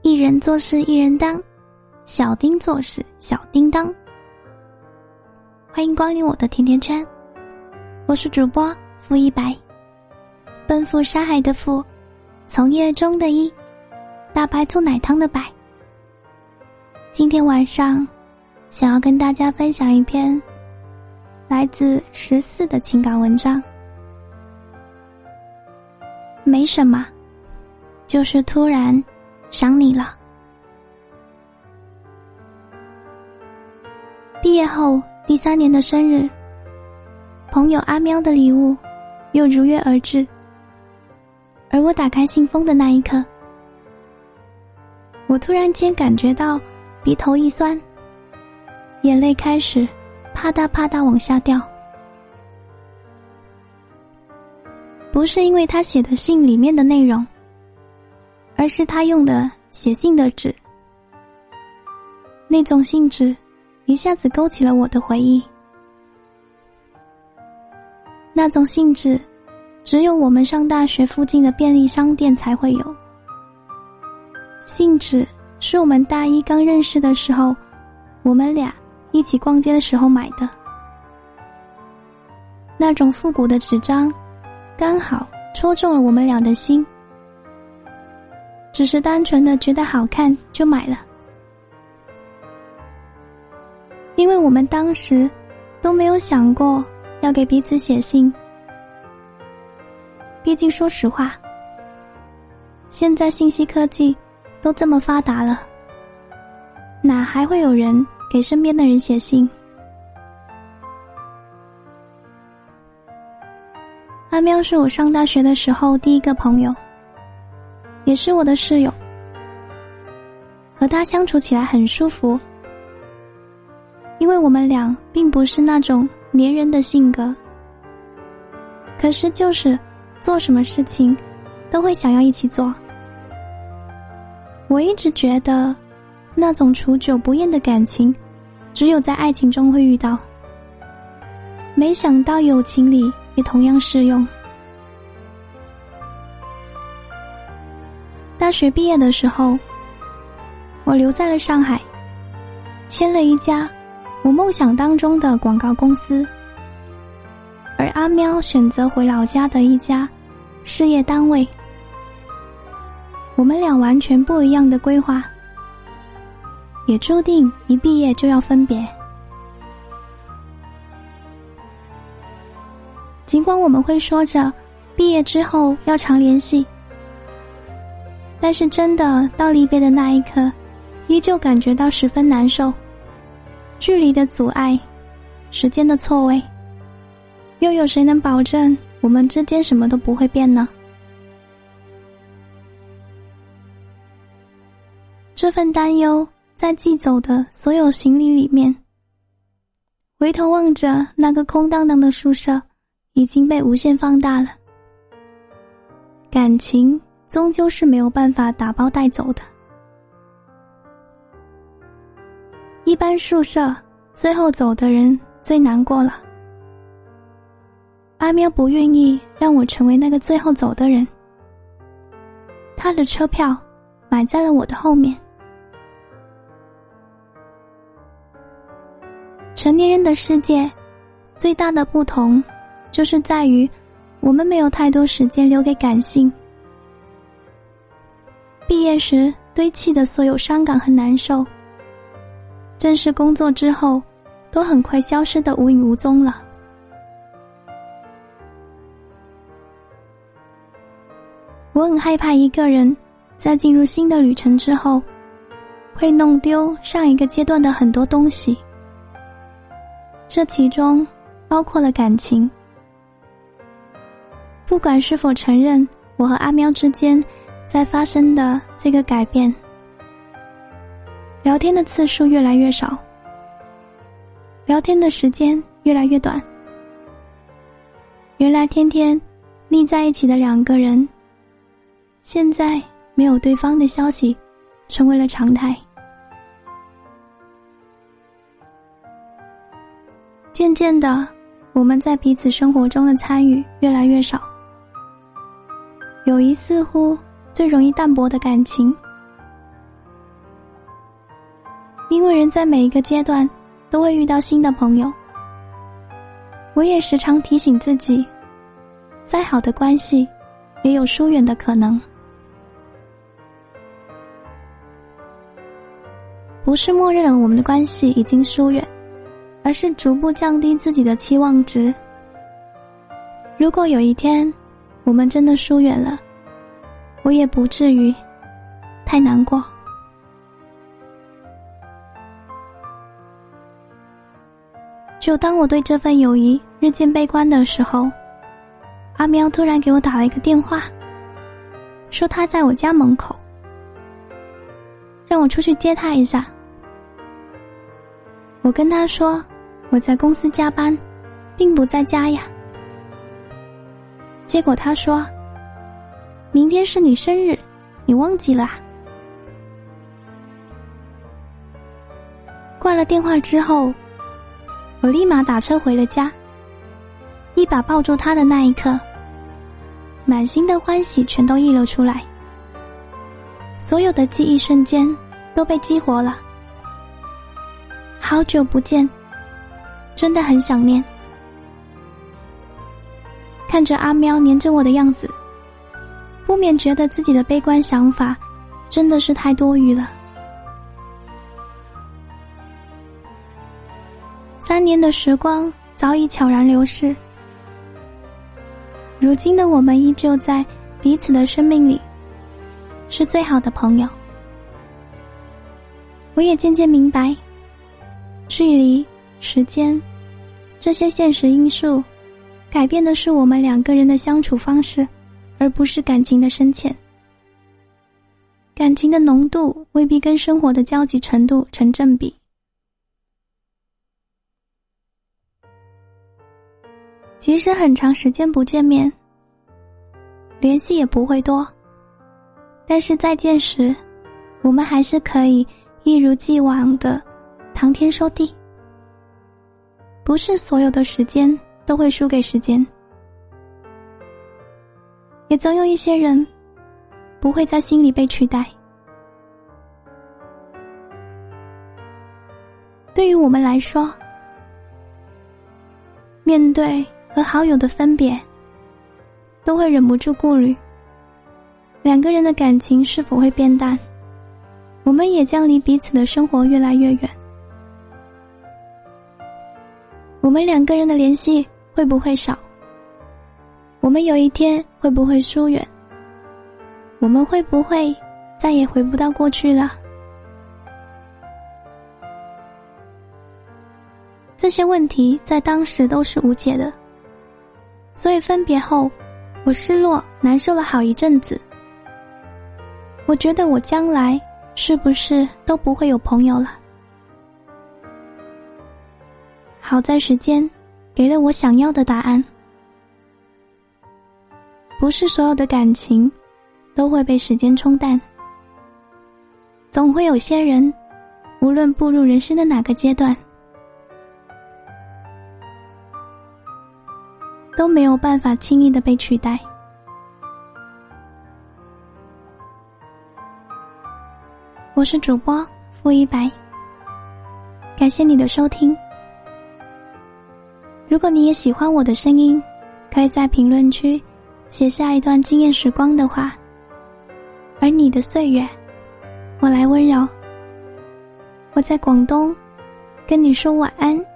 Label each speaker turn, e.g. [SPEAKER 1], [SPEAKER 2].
[SPEAKER 1] 一人做事一人当，小丁做事小叮当。欢迎光临我的甜甜圈，我是主播付一白，奔赴沙海的赴，从业中的一，大白兔奶汤的白。今天晚上想要跟大家分享一篇来自14的情感文章。没什么，就是突然想你了。毕业后第3年的生日，朋友阿喵的礼物又如约而至，而我打开信封的那一刻，我突然间感觉到鼻头一酸，眼泪开始啪嗒啪嗒往下掉。不是因为他写的信里面的内容，而是他用的写信的纸。那种信纸一下子勾起了我的回忆。那种信纸只有我们上大学附近的便利商店才会有。信纸是我们大一刚认识的时候，我们俩一起逛街的时候买的。那种复古的纸张刚好戳中了我们俩的心，只是单纯的觉得好看就买了。因为我们当时都没有想过要给彼此写信，毕竟说实话，现在信息科技都这么发达了，哪还会有人给身边的人写信？阿喵是我上大学的时候第一个朋友，也是我的室友，和他相处起来很舒服，因为我们俩并不是那种黏人的性格，可是就是做什么事情都会想要一起做。我一直觉得那种处久不厌的感情只有在爱情中会遇到，没想到友情里也同样适用。大学毕业的时候，我留在了上海，签了一家我梦想当中的广告公司，而阿喵选择回老家的一家事业单位。我们俩完全不一样的规划，也注定一毕业就要分别。尽管我们会说着毕业之后要常联系，但是真的到离别的那一刻，依旧感觉到十分难受。距离的阻碍，时间的错位，又有谁能保证我们之间什么都不会变呢？这份担忧在寄走的所有行李里面，回头望着那个空荡荡的宿舍，已经被无限放大了。感情终究是没有办法打包带走的。一般宿舍最后走的人最难过了。阿喵不愿意让我成为那个最后走的人，他的车票买在了我的后面。成年人的世界最大的不同就是在于我们没有太多时间留给感性。毕业时堆砌的所有伤感和难受，正式工作之后都很快消失得无影无踪了。我很害怕一个人在进入新的旅程之后会弄丢上一个阶段的很多东西，这其中包括了感情。不管是否承认我和阿喵之间在发生的这个改变，聊天的次数越来越少，聊天的时间越来越短。原来天天腻在一起的两个人，现在没有对方的消息成为了常态。渐渐的，我们在彼此生活中的参与越来越少，友谊似乎最容易淡薄的感情， 因为人在每一个阶段都会遇到新的朋友。我也时常提醒自己，再好的关系也有疏远的可能。不是默认我们的关系已经疏远，而是逐步降低自己的期望值。如果有一天我们真的疏远了，我也不至于太难过。就当我对这份友谊日渐悲观的时候，阿喵突然给我打了一个电话，说他在我家门口，让我出去接他一下。我跟他说我在公司加班，并不在家呀。结果他说，明天是你生日，你忘记了啊？挂了电话之后，我立马打车回了家，一把抱住他的那一刻，满心的欢喜全都溢了出来，所有的记忆瞬间都被激活了。好久不见，真的很想念。看着阿喵黏着我的样子，不免觉得自己的悲观想法真的是太多余了。3年的时光早已悄然流逝，如今的我们依旧在彼此的生命里，是最好的朋友。我也渐渐明白，距离、时间，这些现实因素，改变的是我们2个人的相处方式，而不是感情的深浅。感情的浓度未必跟生活的交集程度成正比。即使很长时间不见面，联系也不会多，但是再见时，我们还是可以一如既往的谈天说地。不是所有的时间都会输给时间，也总有一些人不会在心里被取代。对于我们来说，面对和好友的分别，都会忍不住顾虑2个人的感情是否会变淡，我们也将离彼此的生活越来越远。我们2个人的联系会不会少？我们有一天会不会疏远？我们会不会再也回不到过去了？这些问题在当时都是无解的，所以分别后，我失落难受了好一阵子。我觉得我将来是不是都不会有朋友了？好在时间给了我想要的答案。不是所有的感情都会被时间冲淡，总会有些人，无论步入人生的哪个阶段，都没有办法轻易的被取代。我是主播付一白，感谢你的收听。如果你也喜欢我的声音，可以在评论区写下一段惊艳时光的话，而你的岁月，我来温柔。我在广东，跟你说晚安。